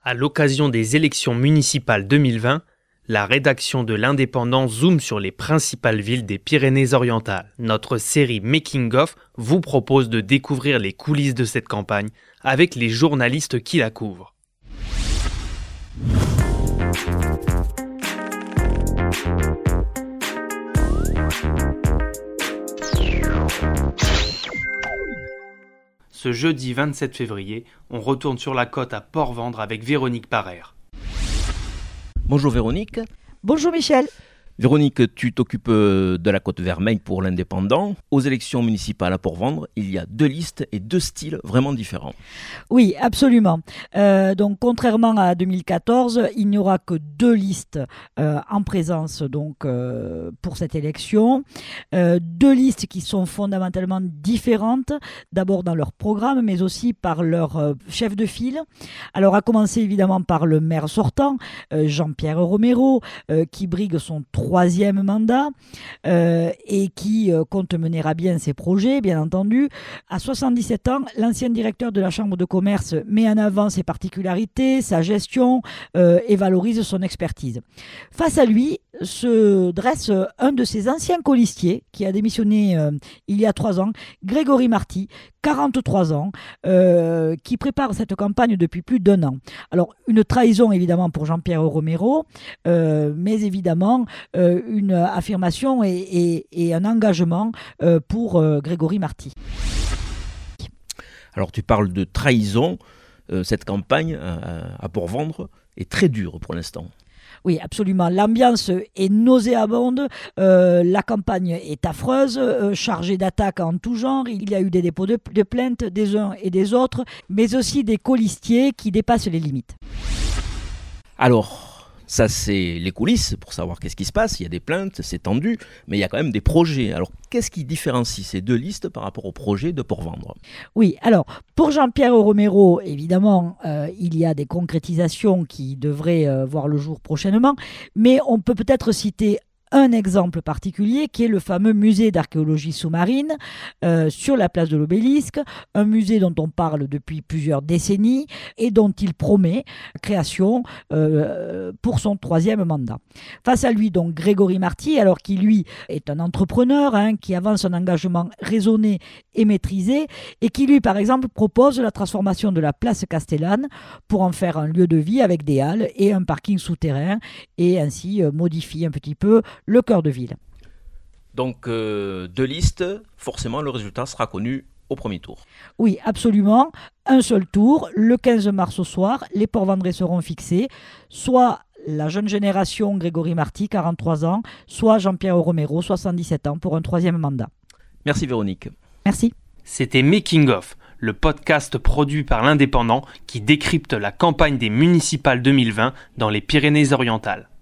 À l'occasion des élections municipales 2020, la rédaction de l'Indépendant zoome sur les principales villes des Pyrénées-Orientales. Notre série Making of vous propose de découvrir les coulisses de cette campagne avec les journalistes qui la couvrent. Ce jeudi 27 février, on retourne sur la côte à Port-Vendre avec Véronique Parère. Bonjour Véronique. Bonjour Michel. Véronique, tu t'occupes de la Côte Vermeille pour l'Indépendant. Aux élections municipales à Port-Vendre, il y a deux listes et deux styles vraiment différents. Oui, absolument. Donc, contrairement à 2014, il n'y aura que deux listes en présence pour cette élection. Deux listes qui sont fondamentalement différentes, d'abord dans leur programme, mais aussi par leur chef de file. Alors, à commencer évidemment par le maire sortant, Jean-Pierre Romero, qui brigue son troisième mandat et qui compte mener à bien ses projets, bien entendu. À 77 ans, l'ancien directeur de la Chambre de commerce met en avant ses particularités, sa gestion et valorise son expertise. Face à lui se dresse un de ses anciens colistiers qui a démissionné il y a 3 ans, Grégory Marty, 43 ans, qui prépare cette campagne depuis plus d'1 an. Alors, une trahison évidemment pour Jean-Pierre Romero, mais évidemment une affirmation et un engagement pour Grégory Marty. Alors, tu parles de trahison. Cette campagne à Port-Vendre est très dure pour l'instant. Oui, absolument. L'ambiance est nauséabonde, la campagne est affreuse, chargée d'attaques en tout genre. Il y a eu des dépôts de plaintes des uns et des autres, mais aussi des colistiers qui dépassent les limites. Alors, ça c'est les coulisses pour savoir qu'est-ce qui se passe. Il y a des plaintes, c'est tendu, mais il y a quand même des projets. Alors, qu'est-ce qui différencie ces deux listes par rapport au projet de Port-Vendre ? Oui, alors, pour Jean-Pierre Romero, évidemment, il y a des concrétisations qui devraient voir le jour prochainement, mais on peut peut-être citer un exemple particulier qui est le fameux musée d'archéologie sous-marine sur la place de l'Obélisque, un musée dont on parle depuis plusieurs décennies et dont il promet la création pour son 3e mandat. Face à lui, donc, Grégory Marty, alors qui lui est un entrepreneur qui avance un engagement raisonné et maîtrisé et qui lui, par exemple, propose la transformation de la place Castellane pour en faire un lieu de vie avec des halles et un parking souterrain et ainsi modifie un petit peu le cœur de ville. Donc, deux listes, forcément le résultat sera connu au premier tour. Oui, absolument. Un seul tour, le 15 mars au soir, les Port-Vendrais seront fixés, soit la jeune génération Grégory Marty, 43 ans, soit Jean-Pierre Romero, 77 ans, pour un 3e mandat. Merci Véronique. Merci. C'était Making of, le podcast produit par l'Indépendant qui décrypte la campagne des municipales 2020 dans les Pyrénées-Orientales.